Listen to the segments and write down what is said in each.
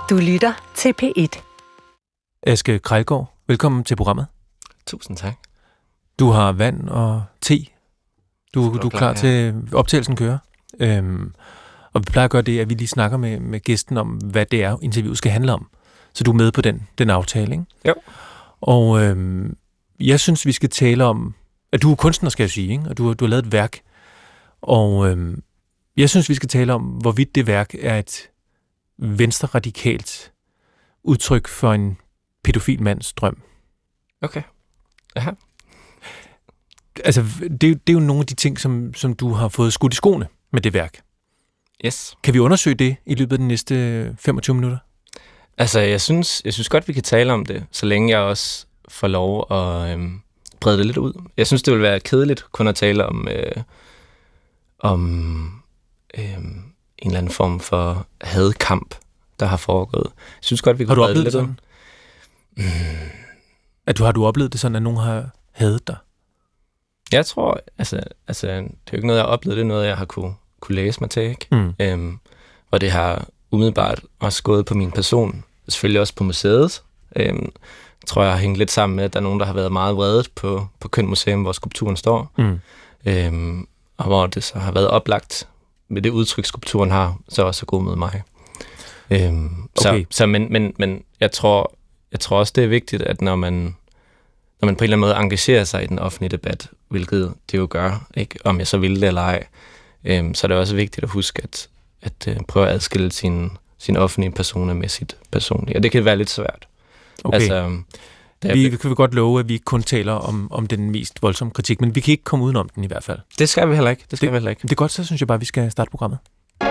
Du lytter til P1. Aske Krejlgaard, velkommen til programmet. Tusind tak. Du har vand og te. Du er klar til optagelsen kører. Og vi plejer at gøre det, at vi lige snakker med gæsten om, hvad det er, interviewet skal handle om. Så du er med på den aftale, ikke? Jo. Og jeg synes, vi skal tale om, at du er kunstner, skal jeg sige, ikke? Og du har lavet et værk. Og jeg synes, vi skal tale om, hvorvidt det værk er et venstreradikalt udtryk for en pædofil mands drøm. Okay. Aha. Altså, det er jo nogle af de ting, som du har fået skudt i skoene med det værk. Yes. Kan vi undersøge det i løbet af de næste 25 minutter? Altså, jeg synes godt, vi kan tale om det, så længe jeg også får lov at brede det lidt ud. Jeg synes, det vil være kedeligt kun at tale om en eller anden form for hadkamp, der har foregået. Jeg synes godt, vi kan brede det lidt ud. Har du oplevet det sådan, at nogen har hadet dig? Jeg tror, altså det er jo ikke noget, jeg har oplevet, det er noget, jeg har kunne læse mig til, ikke? Og det har umiddelbart også gået på min person, selvfølgelig også på museet. Tror jeg har hængt lidt sammen med, at der er nogen, der har været meget vredet på Køn Museum, hvor skulpturen står. Og hvor det så har været oplagt med det udtryk, skulpturen har, så også gået med mig. Okay. Men jeg tror også, det er vigtigt, at når man på en eller anden måde engagerer sig i den offentlige debat, hvilket det jo gør, ikke, om jeg så vil det eller ej, så er det også vigtigt at huske at prøve at adskille sin offentlige personer med sit personlige. Og det kan være lidt svært. Okay. Altså, vi kan godt love, at vi ikke kun taler om den mest voldsomme kritik, men vi kan ikke komme udenom den i hvert fald. Det skal vi heller ikke. Det er godt, så synes jeg bare, vi skal starte programmet.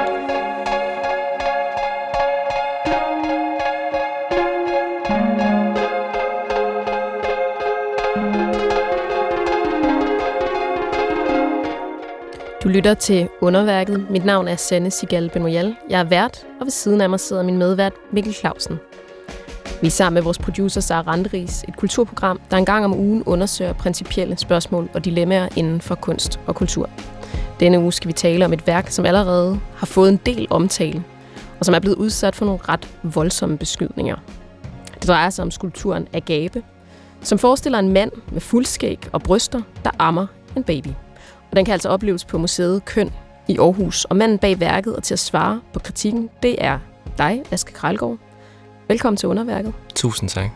Du lytter til Underværket. Mit navn er Sanne Sigal Benoyal. Jeg er vært, og ved siden af mig sidder min medvært Mikkel Clausen. Vi er sammen med vores producer Sara Randeris, et kulturprogram, der en gang om ugen undersøger principielle spørgsmål og dilemmaer inden for kunst og kultur. Denne uge skal vi tale om et værk, som allerede har fået en del omtale, og som er blevet udsat for nogle ret voldsomme beskydninger. Det drejer sig om skulpturen Agape, som forestiller en mand med fuldskæg og bryster, der ammer en baby. Og den kan altså opleves på museet Køn i Aarhus. Og manden bag værket og til at svare på kritikken, det er dig, Aske Krejlgaard. Velkommen til Underværket. Tusind tak.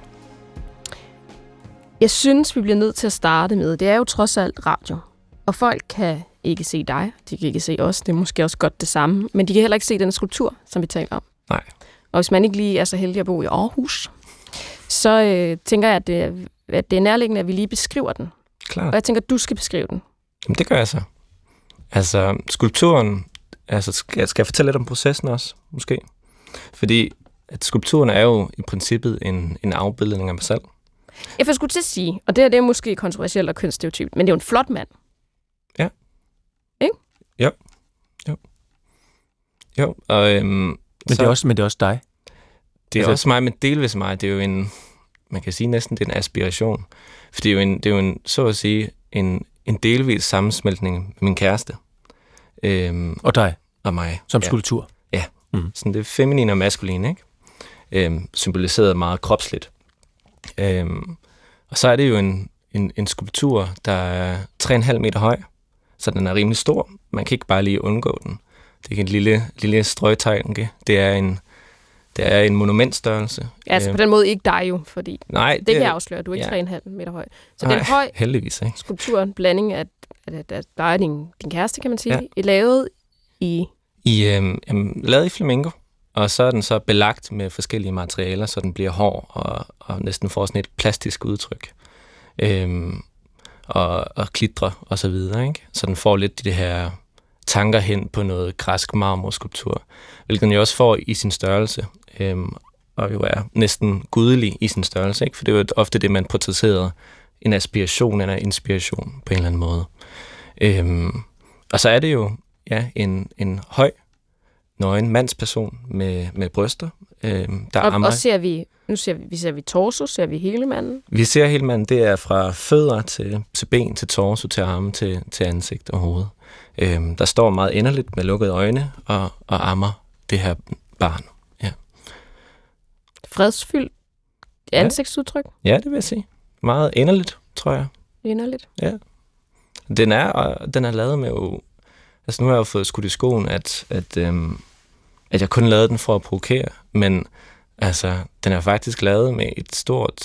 Jeg synes, vi bliver nødt til at starte med, det er jo trods alt radio. Og folk kan ikke se dig, de kan ikke se os, det er måske også godt det samme. Men de kan heller ikke se den skulptur, som vi taler om. Nej. Og hvis man ikke lige er så heldig at bo i Aarhus, så tænker jeg, at det er nærliggende, at vi lige beskriver den. Klart. Og jeg tænker, at du skal beskrive den. Jamen, det gør jeg så. Altså, skulpturen... Altså, skal jeg fortælle lidt om processen også, måske? Fordi at skulpturen er jo i princippet en afbildning af mig selv. Jeg skulle til at sige, og det er måske kontroversielt og kønsstereotypt, men det er jo en flot mand. Ja. Ikke? Jo. Og, men det er også dig. Det er også mig, men delvis mig. Det er jo man kan sige næsten, det er en aspiration. For det er jo en så at sige, en delvis sammensmeltning med min kæreste. Og dig? Og mig. Som skulptur? Ja. Sådan det feminine og maskuline, ikke? Symboliseret meget kropsligt. Og så er det jo en skulptur, der er 3,5 meter høj, så den er rimelig stor. Man kan ikke bare lige undgå den. Det er en lille strøgtegn. Det er en monumentstørrelse. Ja, altså på den måde ikke dig jo, fordi nej, det kan jeg afsløre, du er ikke 3,5 meter høj. Så nej, den høj heldigvis ikke. Skulptur, en blanding af der er din kæreste, kan man sige, lavet i... lavet i flamingo, og så er den så belagt med forskellige materialer, så den bliver hård og næsten får sådan et plastisk udtryk. Og klitrer og så videre, ikke? Så den får lidt de her tanker hen på noget græsk marmorskulptur, hvilket den jo også får i sin størrelse, og jo er næsten gudelig i sin størrelse, ikke? For det er jo ofte det, man portrætterer, en aspiration eller inspiration på en eller anden måde. Og så er det jo en høj, nøgen mandsperson med bryster, der ammer. Og ser vi torso, ser vi hele manden? Vi ser hele manden, det er fra fødder til ben, til torso, til arme, til ansigt og hoved. Der står meget inderligt med lukkede øjne og ammer det her barn. Ja. fredsfyldt ansigtsudtryk. Ja, det vil jeg sige. Meget inderligt, tror jeg. Inderligt. Ja. Den er lavet med jo... Altså nu har jeg jo fået skudt i skoen, at jeg kun lavede den for at provokere, men altså, den er faktisk lavet med et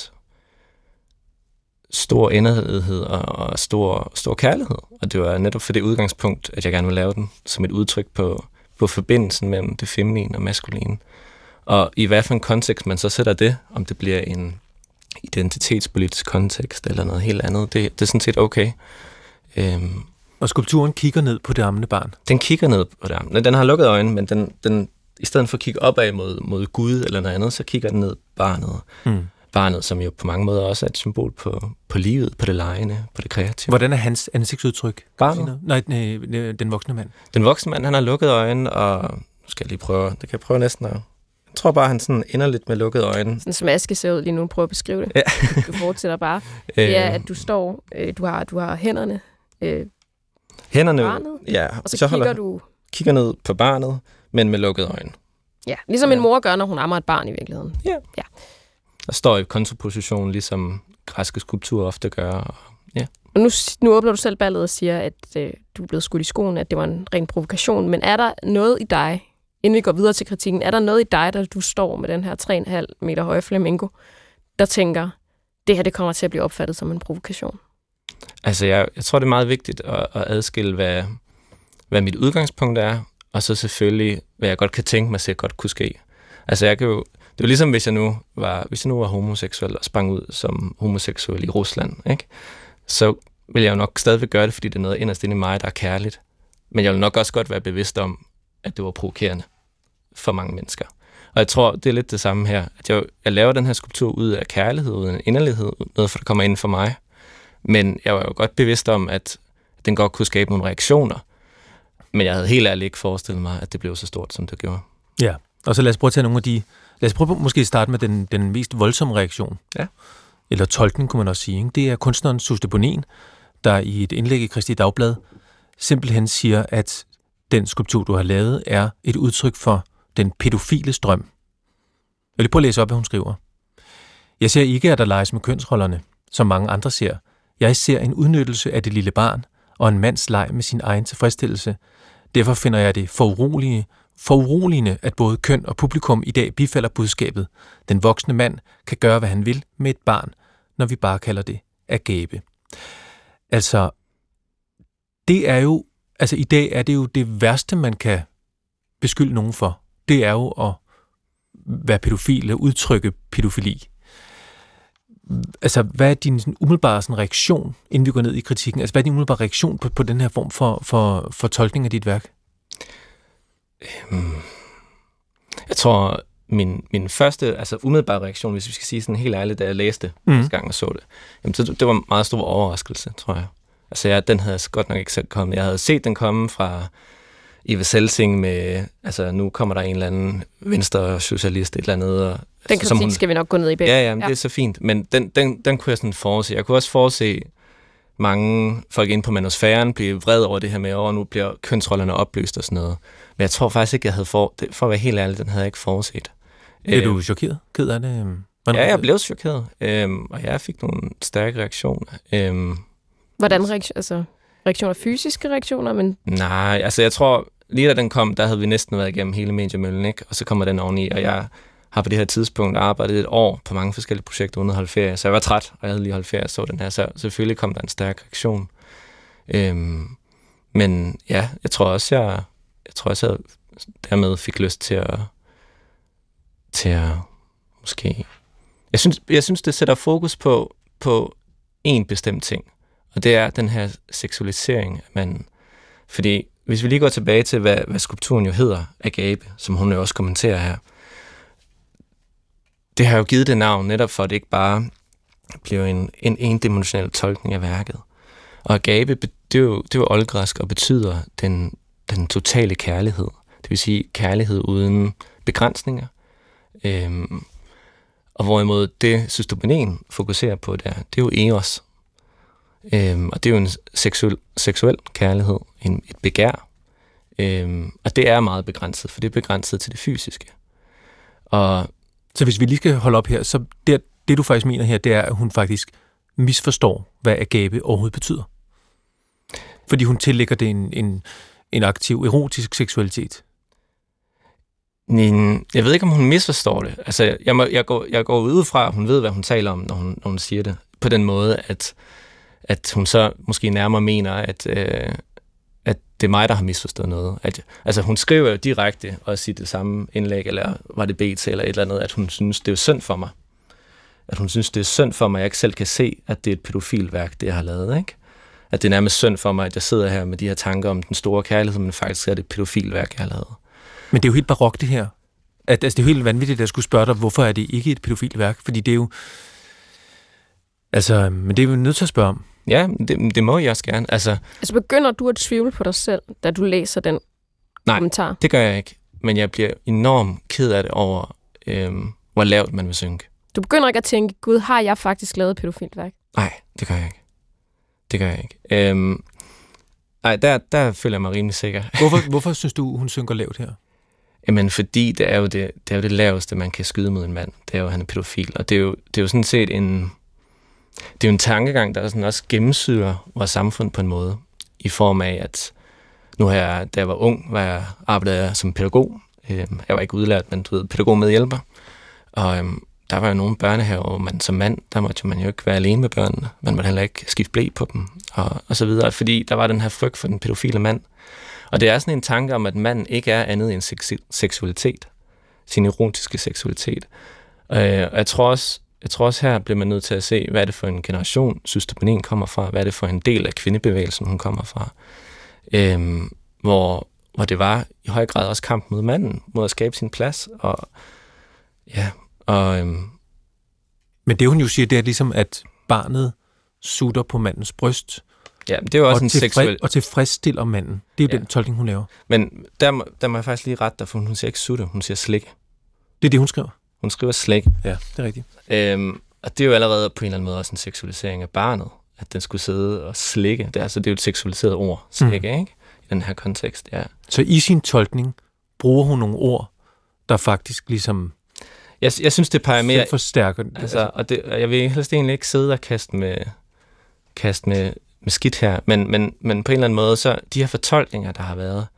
stor inderlighed og stor kærlighed. Og det var netop for det udgangspunkt, at jeg gerne vil lave den som et udtryk på forbindelsen mellem det feminine og maskuline. Og i hvad for en kontekst man så sætter det, om det bliver en identitetspolitisk kontekst eller noget helt andet, det er sådan set okay. Og skulpturen kigger ned på det ammende barn? Den kigger ned på det ammende. Den har lukket øjnene, men den i stedet for at kigge opad mod Gud eller noget andet, så kigger den ned på barnet. Barnet, som jo på mange måder også er et symbol på livet, på det legende, på det kreative. Hvordan er hans ansigtsudtryk? Barnet? Nej, den voksne mand. Den voksne mand, han har lukket øjne, og skal jeg lige prøve, det kan jeg prøve næsten at... Jeg tror bare, han sådan ender lidt med lukkede øjne. Sådan som Aske ser ud lige nu, prøv at beskrive det. Ja. Du fortsætter bare. Det er, at du står, du har hænderne hænderne, barnet, ja, og så kigger ned på barnet, men med lukkede øjne. Ja, ligesom en mor gør, når hun ammer et barn i virkeligheden. Ja. Der står i kontraposition, ligesom græske skulpturer ofte gør. Og nu åbner du selv ballet og siger, at du er blevet skudt i skoen, at det var en ren provokation. Men er der noget i dig, inden vi går videre til kritikken, er der noget i dig, der du står med den her 3,5 meter høje flamingo, der tænker, det her det kommer til at blive opfattet som en provokation? Altså, jeg tror, det er meget vigtigt at adskille, hvad mit udgangspunkt er, og så selvfølgelig, hvad jeg godt kan tænke mig, at godt kunne ske. Altså, det er jo ligesom, hvis jeg nu var homoseksuel og sprang ud som homoseksuel i Rusland, ikke? Så vil jeg jo nok stadigvæk gøre det, fordi det er noget inderst inde i mig, der er kærligt. Men jeg vil nok også godt være bevidst om, at det var provokerende for mange mennesker. Og jeg tror, det er lidt det samme her. At jeg laver den her skulptur ud af kærlighed, ud af en inderlighed, noget for det kommer ind for mig. Men jeg var jo godt bevidst om, at den godt kunne skabe nogle reaktioner. Men jeg havde helt ærligt ikke forestillet mig, at det blev så stort, som det gjorde. Ja, og så lad os prøve at tage nogle af de... Lad os prøve måske starte med den mest voldsomme reaktion. Ja. Eller tolkning, kunne man også sige. Ikke? Det er kunstneren Suste Bonin, der i et indlæg i Kristi Dagblad simpelthen siger, at den skulptur, du har lavet, er et udtryk for den pædofile strøm. Jeg vil prøve at læse op, hvad hun skriver. Jeg ser ikke, at der leges med kønsrollerne, som mange andre ser. Jeg ser en udnyttelse af det lille barn og en mands leg med sin egen tilfredsstillelse. Derfor finder jeg det foruroligende, at både køn og publikum i dag bifalder budskabet. Den voksne mand kan gøre, hvad han vil med et barn, når vi bare kalder det at gabe. Altså, det er jo, altså i dag er det jo det værste, man kan beskylde nogen for. Det er jo at være pædofil og udtrykke pædofili. Altså, hvad er din sådan, umiddelbare sådan, reaktion, inden vi går ned i kritikken? Altså, hvad er din umiddelbare reaktion på den her form for tolkning af dit værk? Jeg tror, min første, altså umiddelbare reaktion, hvis vi skal sige sådan helt ærligt, da jeg læste første gang og så det, jamen, det var en meget stor overraskelse, tror jeg. Altså, den havde godt nok ikke selv kommet. Jeg havde set den komme fra Eva Selsing med, altså nu kommer der en eller anden venstre socialist, et eller andet. Og, den kritik skal vi nok gå ned i begge. Ja, det er så fint. Men den kunne jeg sådan forudse. Jeg kunne også forudse mange folk inde på manusfæren blive vred over det her med, og nu bliver kønsrollerne opløst og sådan noget. Men jeg tror faktisk ikke, jeg havde for at være helt ærlig, den havde jeg ikke forudset. Er du chokeret? Ked af det? Ja, jeg blev chokeret. Og jeg fik nogle stærke reaktioner. Hvordan reaktioner? Fysiske reaktioner? Men... Nej, altså jeg tror, lige da den kom, der havde vi næsten været igennem hele mediemøllen, ikke? Og så kommer den oveni, og jeg har på det her tidspunkt arbejdet et år på mange forskellige projekter uden at holde ferie, så jeg var træt, og jeg havde lige holdt ferie og så den her, så selvfølgelig kom der en stærk reaktion. Men ja, jeg tror også, jeg dermed fik lyst til at måske... Jeg synes, det sætter fokus på en bestemt ting, og det er den her seksualisering af manden. Fordi hvis vi lige går tilbage til, hvad skulpturen jo hedder, Agape, som hun jo også kommenterer her, det har jo givet det navn netop for, at det ikke bare bliver en endimensionel tolkning af værket. Og Agape, det er jo oldgræsk og betyder den totale kærlighed. Det vil sige kærlighed uden begrænsninger. Og hvorimod det Suste Bonin fokuserer på, det er jo eros. Og det er jo en seksuel kærlighed, et begær. Og det er meget begrænset, for det er begrænset til det fysiske. Og Så hvis vi lige skal holde op her, så det du faktisk mener her, det er, at hun faktisk misforstår, hvad agape overhovedet betyder. Fordi hun tillægger det en aktiv, erotisk seksualitet. Jeg ved ikke, om hun misforstår det. Altså, jeg går ud fra, at hun ved, hvad hun taler om, når hun siger det. På den måde, at hun så måske nærmere mener, at det er mig, der har misforstået noget. Altså, hun skriver jo direkte også i det samme indlæg, eller var det BT eller et eller andet, at hun synes, det er synd for mig. At hun synes, det er synd for mig, at jeg ikke selv kan se, at det er et pædofilværk, det jeg har lavet, ikke? At det er nærmest synd for mig, at jeg sidder her med de her tanker om den store kærlighed, men faktisk er det et pædofilværk, jeg har lavet. Men det er jo helt barok, det her. Det er jo helt vanvittigt, at jeg skulle spørge dig, hvorfor er det ikke et pædofilværk? Fordi det er jo... Altså, men det er jo nødt til at spørge om. Ja, det må jeg også gerne. Altså begynder du at tvivle på dig selv, da du læser den kommentar? Nej, det gør jeg ikke. Men jeg bliver enormt ked af det over, hvor lavt man vil synke. Du begynder ikke at tænke, Gud, har jeg faktisk lavet pædofilværk? Nej, det gør jeg ikke. Det gør jeg ikke. Nej, der føler jeg mig rimelig sikker. Hvorfor synes du, hun synker lavt her? Jamen, fordi det er jo det laveste, man kan skyde mod en mand. Det er jo, han er pædofil. Og det er jo sådan set en tankegang, der sådan også gennemsyrer vores samfund på en måde. I form af, at nu her, da jeg var ung, arbejdede jeg som pædagog. Jeg var ikke udlært, men pædagog med hjælper. Og der var jo nogle børnehaver, hvor man som mand, der måtte man jo ikke være alene med børnene. Man måtte heller ikke skifte ble på dem, og så videre. Fordi der var den her frygt for den pædofile mand. Og det er sådan en tanke om, at manden ikke er andet end seksualitet. Sin erotiske seksualitet. Og jeg tror også her bliver man nødt til at se, hvad er det for en generation, Søster kommer fra, hvad er det for en del af kvindebevægelsen, hun kommer fra. Hvor det var i høj grad også kamp mod manden, mod at skabe sin plads. Men det hun jo siger, det er ligesom, at barnet sutter på mandens bryst, ja, det er jo også en seksuel... Og tilfredsstiller manden. Det er jo den tolkning, hun laver. Men der må jeg faktisk lige rette dig, for hun siger ikke sutte, hun siger slikke. Det er det, hun skriver? Hun skriver slikke. Ja, det er rigtigt. Og det er jo allerede på en eller anden måde også en seksualisering af barnet, at den skulle sidde og slikke. Det er jo et seksualiseret ord, slikke, ikke? I den her kontekst, ja. Så i sin tolkning bruger hun nogle ord, der faktisk ligesom... Jeg synes, det peger mere... forstærker. Altså, og jeg vil helst egentlig ikke sidde og kaste med skidt her, men på en eller anden måde, så de her fortolkninger, der har været,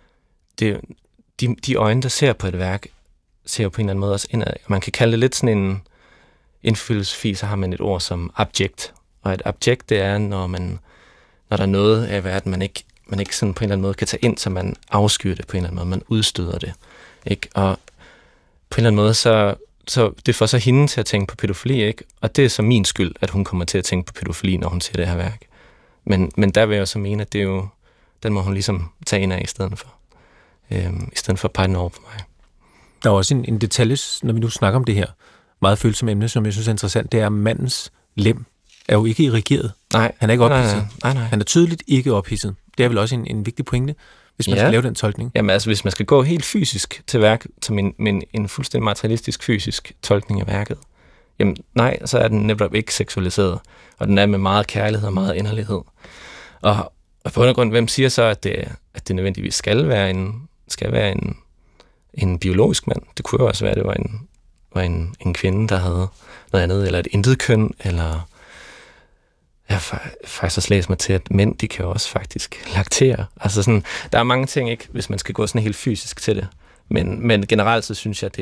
de øjne, der ser på et værk, ser jo på en eller anden måde også indad. Man kan kalde det lidt sådan en filosofi, så har man et ord som objekt. Og et objekt, det er, når der er noget af verden, man ikke sådan på en eller anden måde kan tage ind, så man afskyr det på en eller anden måde, man udstøder det. Ikke? Og på en eller anden måde, så det får så hende til at tænke på pædofili, ikke? Og det er så min skyld, at hun kommer til at tænke på pædofili, når hun ser det her værk. Men der vil jeg så mene, at det er jo, den må hun ligesom tage ind af i stedet for. I stedet for at pege den over på mig. Der er også en detalje, når vi nu snakker om det her meget følsomme emne, som jeg synes er interessant, det er, at mandens lem er jo ikke irrigeret. Nej. Han er ikke ophidset. Nej. Han er tydeligt ikke ophidset. Det er vel også en vigtig pointe, hvis man skal lave den tolkning. Jamen altså, hvis man skal gå helt fysisk til værk, som en fuldstændig materialistisk fysisk tolkning af værket, jamen nej, så er den netop ikke seksualiseret, og den er med meget kærlighed og meget inderlighed. Og på undergrund, hvem siger så, at det nødvendigvis skal være en biologisk mand? Det kunne jo også være, at det var en kvinde, der havde noget andet, eller et intet køn, eller... Jeg har faktisk også læst mig til, at mænd, de kan jo også faktisk laktere. Altså sådan, der er mange ting, ikke, hvis man skal gå sådan helt fysisk til det. Men generelt så synes jeg,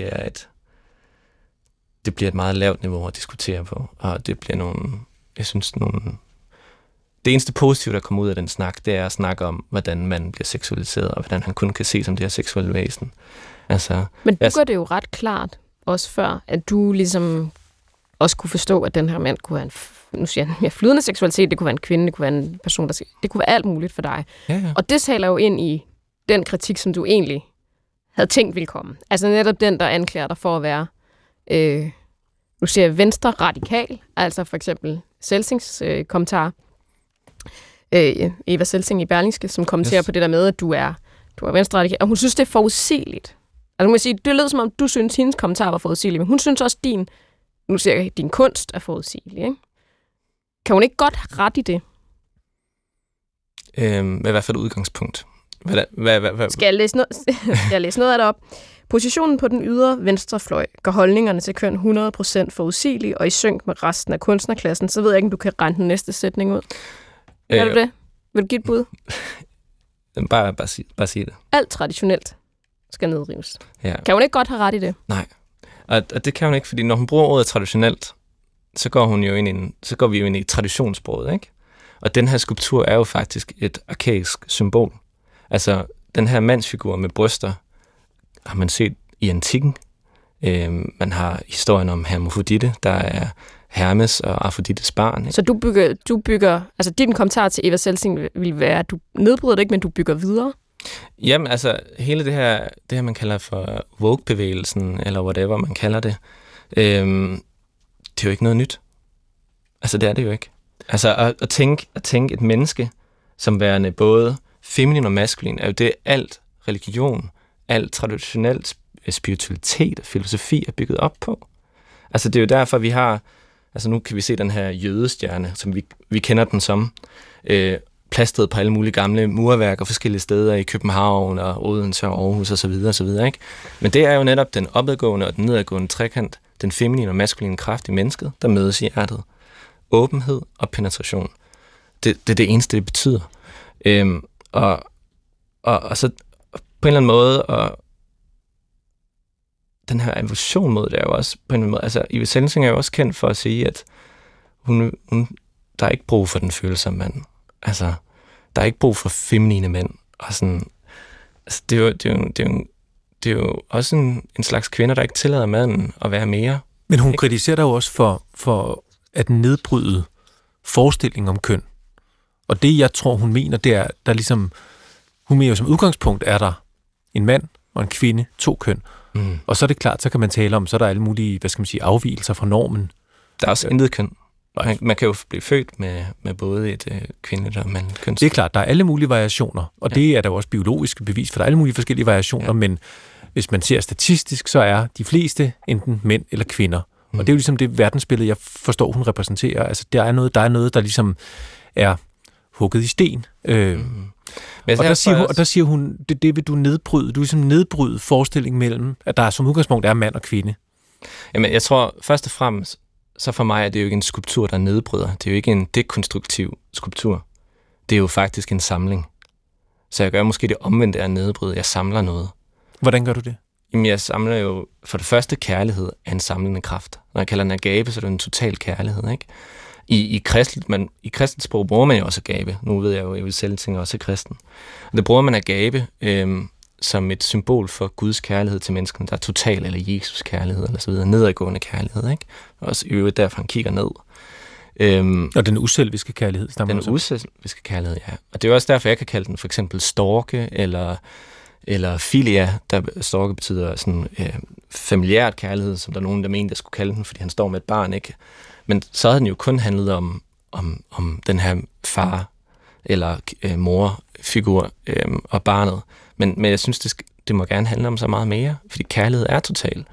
det bliver et meget lavt niveau at diskutere på. Og det bliver det eneste positive, der kommer ud af den snak, det er at snakke om, hvordan man bliver seksualiseret, og hvordan han kun kan se som det her seksuelle væsen. Altså, men du gør det jo ret klart, også før, at du ligesom også kunne forstå, at den her mand kunne have nu siger jeg, mere flydende seksualitet, det kunne være en kvinde, det kunne være en person, det kunne være alt muligt for dig. Ja. Og det taler jo ind i den kritik, som du egentlig havde tænkt ville komme. Altså netop den, der anklager dig for at være, nu siger jeg, venstre radikal, altså for eksempel Selsings kommentar, Eva Selsing i Berlingske, som kommenterer på det der med, at du er venstre radikal, og hun synes, det er forudsigeligt. Altså må sige, det lød som om, du synes, hendes kommentar var forudsigelig, men hun synes også, din kunst er forudsigelig, ikke? Kan hun ikke godt have ret i det? Hvad er for et udgangspunkt? Hvad? Skal jeg læse noget af det op? Positionen på den ydre venstre fløj gør holdningerne til køn 100% forudsigelige og i synk med resten af kunstnerklassen. Så ved jeg ikke, om du kan regne den næste sætning ud. Er du det? Vil du give et bud? Bare sig det. Alt traditionelt skal nedrives. Ja. Kan hun ikke godt have ret i det? Nej, og det kan hun ikke, fordi når hun bruger ordet traditionelt, så går vi jo ind i traditionssproget, ikke? Og den her skulptur er jo faktisk et arkæisk symbol. Altså, den her mandsfigur med bryster har man set i antikken. Man har historien om Hermafrodite, der er Hermes og Afrodites barn. Ikke? Så du bygger, altså din kommentar til Eva Selsing vil være, at du nedbryder det ikke, men du bygger videre? Jamen, altså, hele det her man kalder for woke-bevægelsen, eller whatever man kalder det, det er jo ikke noget nyt. Altså, det er det jo ikke. Altså, at tænke et menneske som værende både feminin og maskulin, er jo det alt religion, alt traditionelt spiritualitet og filosofi er bygget op på. Altså, det er jo derfor, vi har, altså nu kan vi se den her jødestjerne, som vi kender den som, plastret på alle mulige gamle murværker forskellige steder i København og Odense og Aarhus og så videre, ikke? Men det er jo netop den opadgående og den nedadgående trekant, den feminine og maskuline kraft i mennesket, der mødes i hjertet. Åbenhed og penetration. Det er det eneste, det betyder. Og så på en eller anden måde, og den her evolution mod det er jo også på en eller anden måde, altså Eva Selsing er jo også kendt for at sige, at hun der er ikke brug for den følsomme mand. Altså, der er ikke brug for feminine mænd. Og sådan, altså, det er jo også en slags kvinder, der ikke tillader manden at være mere. Men hun kritiserer dig jo også for at nedbryde forestillingen om køn. Og det, jeg tror, hun mener, det er, der ligesom, hun mener jo som udgangspunkt, er der en mand og en kvinde, 2 køn. Mm. Og så er det klart, så kan man tale om, så er der alle mulige, afvigelser fra normen. Der er også intet køn. Man kan jo blive født med både et kvindeligt og mandligt køn. Det er klart, der er alle mulige variationer, og det er der jo også biologiske bevis for. Der er alle mulige forskellige variationer, men hvis man ser statistisk, så er de fleste enten mænd eller kvinder. Og det er jo ligesom det verdensbillede, jeg forstår, hun repræsenterer. Altså, der er noget, der ligesom er hugget i sten. Og der siger hun, det vil du nedbryde. Du vil ligesom nedbryde forestillingen mellem, at der som udgangspunkt er mand og kvinde. Jamen, jeg tror først og fremmest, så for mig er det jo ikke en skulptur, der nedbryder. Det er jo ikke en dekonstruktiv skulptur. Det er jo faktisk en samling. Så jeg gør måske det omvendte af nedbryde. Jeg samler noget. Hvordan gør du det? Jamen, jeg samler jo for det første kærlighed af en samlende kraft. Når jeg kalder den agape, så er det en total kærlighed, ikke? I kristent sprog bruger man jo også agape. Nu ved jeg jo, at Eva Selsing også er kristen. Og det bruger man agape som et symbol for Guds kærlighed til menneskene. Der er total, eller Jesus kærlighed, eller så videre. Nedadgående kærlighed, ikke? Også i øvrigt derfor, han kigger ned. Og den uselviske kærlighed. Den uselviske kærlighed, ja. Og det er også derfor, jeg kan kalde den for eksempel storke, eller filia, der storke betyder sådan familiært kærlighed, som der er nogen, der mener, der skulle kalde den, fordi han står med et barn, ikke? Men så havde den jo kun handlet om den her far eller morfigur og barnet. Men jeg synes, det må gerne handle om så meget mere, fordi kærlighed er total.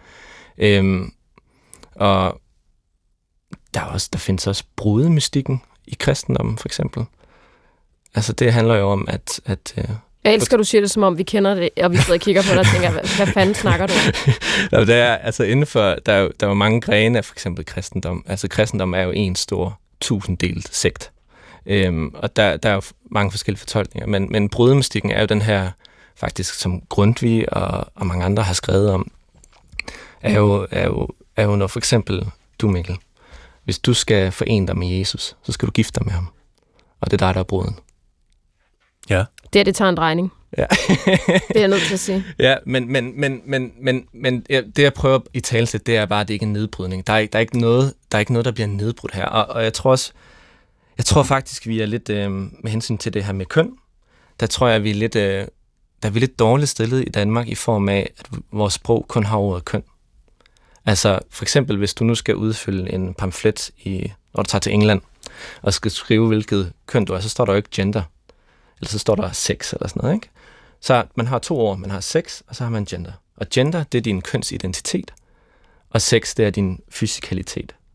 Og der findes også brudemystikken i kristendommen, for eksempel. Altså, det handler jo om, at jeg elsker, du siger det, som om vi kender det, og vi sidder og kigger på det og tænker, hvad fanden snakker du om? Der er altså indenfor, der er jo mange grene af for eksempel kristendom. Altså kristendom er jo en stor 1000-delt sekt. Og der er jo mange forskellige fortolkninger. Men brudemystikken er jo den her, faktisk som Grundtvig og mange andre har skrevet om, er jo når for eksempel du, Mikkel, hvis du skal forene dig med Jesus, så skal du gifte dig med ham. Og det er dig, der er bruden. Ja. Det tager en drejning. Ja. Det er jeg nødt til at sige. Ja, men det jeg prøver i talesæt, det er bare, at det ikke er en nedbrydning. Der er ikke noget, der bliver nedbrudt her. Og jeg tror faktisk, vi er lidt med hensyn til det her med køn. Der tror jeg, vi er lidt dårligt stillet i Danmark i form af, at vores sprog kun har ordet køn. Altså for eksempel, hvis du nu skal udfylde en pamflet, når du tager til England, og skal skrive, hvilket køn du er, så står der jo ikke gender. Eller så står der sex eller sådan noget, ikke? Så man har 2 ord. Man har sex, og så har man gender. Og gender, det er din kønsidentitet. Og sex, det er din fysikalitet.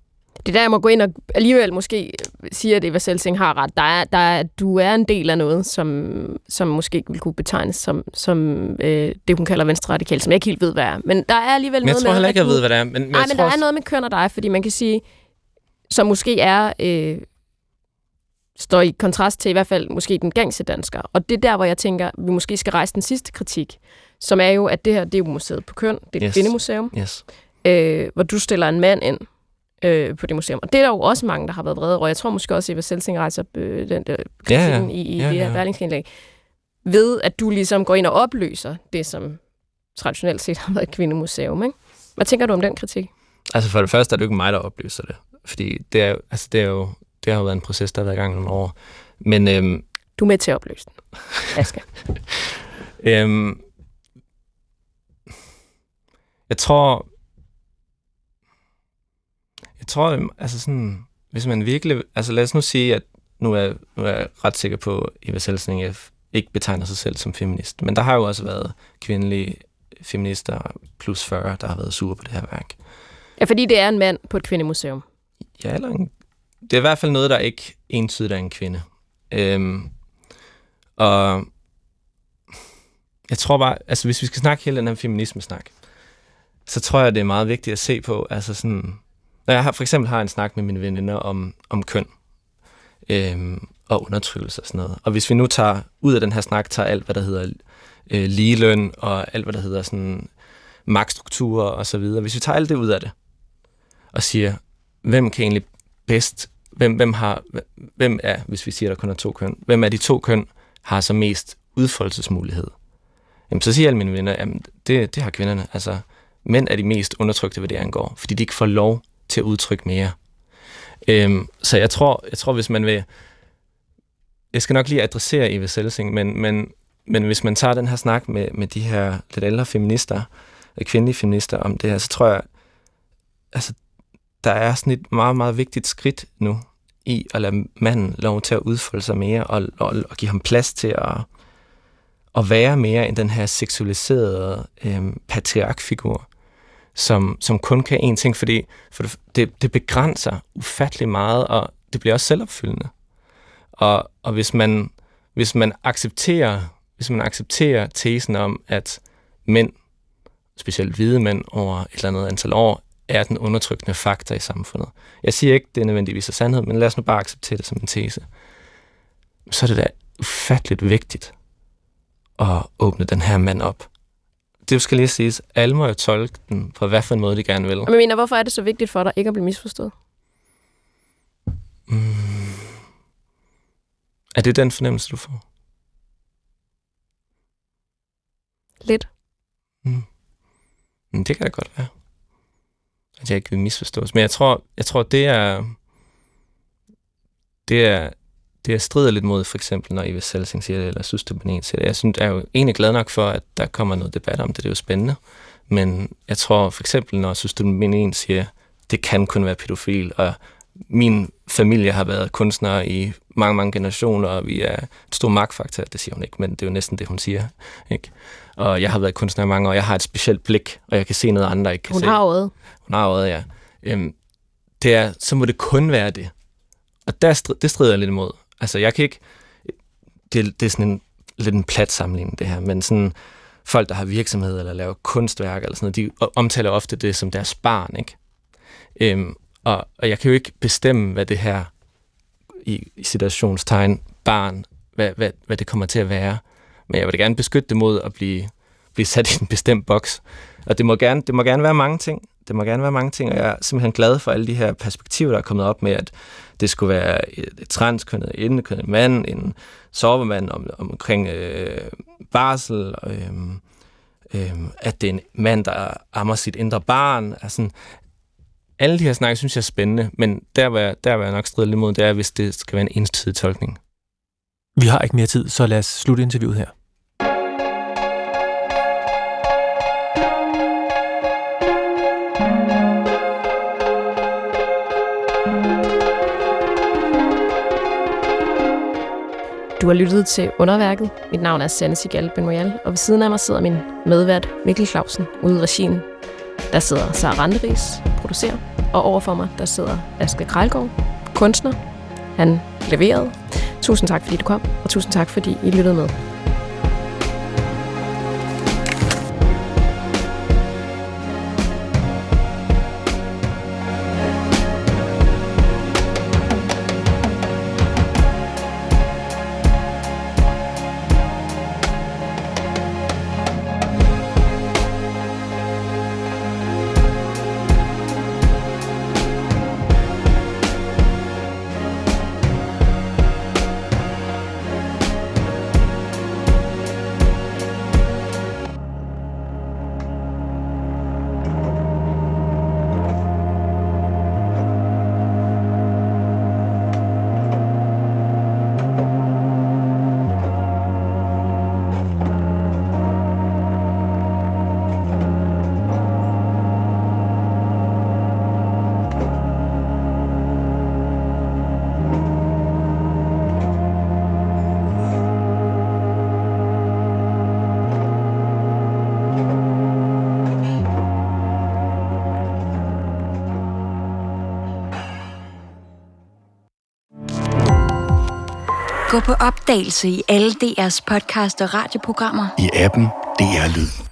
Det der, jeg må gå ind og alligevel måske sige, at Eva Selsing har ret. Du er en del af noget, som måske vil kunne betegnes som det, hun kalder venstreradikal, som jeg ikke helt ved, hvad er. Men der er alligevel noget med... Jeg tror heller ikke, jeg ved, hvad det er. Men der er noget med køn og dig, fordi man kan sige, som måske er... står i kontrast til i hvert fald måske den gængse dansker. Og det er der, hvor jeg tænker, vi måske skal rejse den sidste kritik, som er jo, at det her, det er jo museet på køn. Det er et kvindemuseum, hvor du stiller en mand ind på det museum. Og det er der jo også mange, der har været vrede over. Jeg tror måske også, at Eva Selsing rejser den der kritikken i det her Berlingske-indlæg, ved at du ligesom går ind og opløser det, som traditionelt set har været et kvindemuseum. Ikke? Hvad tænker du om den kritik? Altså for det første er det jo ikke mig, der opløser det. Fordi det har jo været en proces, der har været i gang nogle år. Men, du er med til at opløse den, Asger. Jeg tror, altså sådan, hvis man virkelig... Altså lad os nu sige, at nu er jeg ret sikker på, at Eva Selsing ikke betegner sig selv som feminist. Men der har jo også været kvindelige feminister plus 40, der har været sure på det her værk. Ja, fordi det er en mand på et kvindemuseum. Ja, eller det er i hvert fald noget, der ikke entydigt er en kvinde. Og jeg tror bare, altså hvis vi skal snakke hele den her feminisme-snak, så tror jeg, det er meget vigtigt at se på, altså sådan, når jeg for eksempel har en snak med mine veninder om køn og undertrykkelse og sådan noget. Og hvis vi nu tager ud af den her snak, tager alt, hvad der hedder ligeløn og alt, hvad der hedder sådan magtstrukturer og så videre. Hvis vi tager alt det ud af det og siger, hvem kan egentlig bedst, hvem er, hvis vi siger, der kun er 2 køn, hvem af de 2 køn har så mest udfoldelsesmulighed? Jamen, så siger alle mine venner, jamen, det har kvinderne. Altså, mænd er de mest undertrykte, hvad det angår, fordi de ikke får lov til at udtrykke mere. Så jeg tror, hvis man vil... Jeg skal nok lige adressere Eva Selsing, men hvis man tager den her snak med de her lidt ældre feminister, kvindelige feminister om det her, så tror jeg, altså, der er sådan et meget, meget vigtigt skridt nu i at lade manden lov til at udfolde sig mere og give ham plads til at være mere end den her seksualiserede patriarkfigur, som kun kan én ting, fordi det begrænser ufattelig meget, og det bliver også selvopfyldende. Og hvis man accepterer tesen om, at mænd, specielt hvide mænd over et eller andet antal år, er den undertrykkende faktor i samfundet. Jeg siger ikke, det er nødvendigvis sandhed, men lad os nu bare acceptere det som en tese. Så er det da ufatteligt vigtigt at åbne den her mand op. Det skal lige siges, alle må jo tolke den på hvad for en måde, de gerne vil. Men hvorfor er det så vigtigt for dig ikke at blive misforstået? Er det den fornemmelse, du får? Lidt. Det kan da godt være. At jeg ikke vil misforstås. Men jeg tror det strider lidt mod, for eksempel, når Eva Selsing siger det, eller Søster Benet siger det. Jeg synes, jeg er jo egentlig glad nok for, at der kommer noget debat om det. Det er jo spændende. Men jeg tror for eksempel, når Søster Benet siger, det kan kun være pædofil, og min familie har været kunstnere i mange, mange generationer, og vi er et stor magtfaktor. Det siger hun ikke, men det er jo næsten det, hun siger. Ikke? Og jeg har været kunstner i mange år, og jeg har et specielt blik, og jeg kan se noget, andre ikke kan se. Hun har øjet. Hun har øjet, ja. Så må det kun være det. Og det strider jeg lidt imod. Altså, jeg kan ikke... Det er sådan lidt en plat sammenligning, det her, men sådan folk, der har virksomhed eller laver kunstværk eller sådan noget, de omtaler ofte det som deres barn, ikke? Og jeg kan jo ikke bestemme, hvad det her i situationstegn barn, hvad det kommer til at være. Men jeg vil gerne beskytte det mod at blive sat i en bestemt boks. Og det må gerne være mange ting. Det må gerne være mange ting, og jeg er simpelthen glad for alle de her perspektiver, der er kommet op med, at det skulle være et transkønnet, indekønnet mand, en sovermand omkring barsel, at det er en mand, der ammer sit indre barn. Altså, alle de her snakker, synes jeg er spændende, men der vil jeg nok stride lidt imod, det er, hvis det skal være en entydig tolkning. Vi har ikke mere tid, så lad os slutte interviewet her. Du har lyttet til Underværket. Mit navn er Sanne Sigal Benoyal, og ved siden af mig sidder min medvært Mikkel Clausen ude i regien. Der sidder Sara Randeris, producerer. og overfor mig, der sidder Aske Krejlgaard, kunstner. Han leverede. Tusind tak, fordi du kom, og tusind tak, fordi I lyttede med. Gå på opdagelse i alle DR's podcast og radioprogrammer. I appen DR Lyd.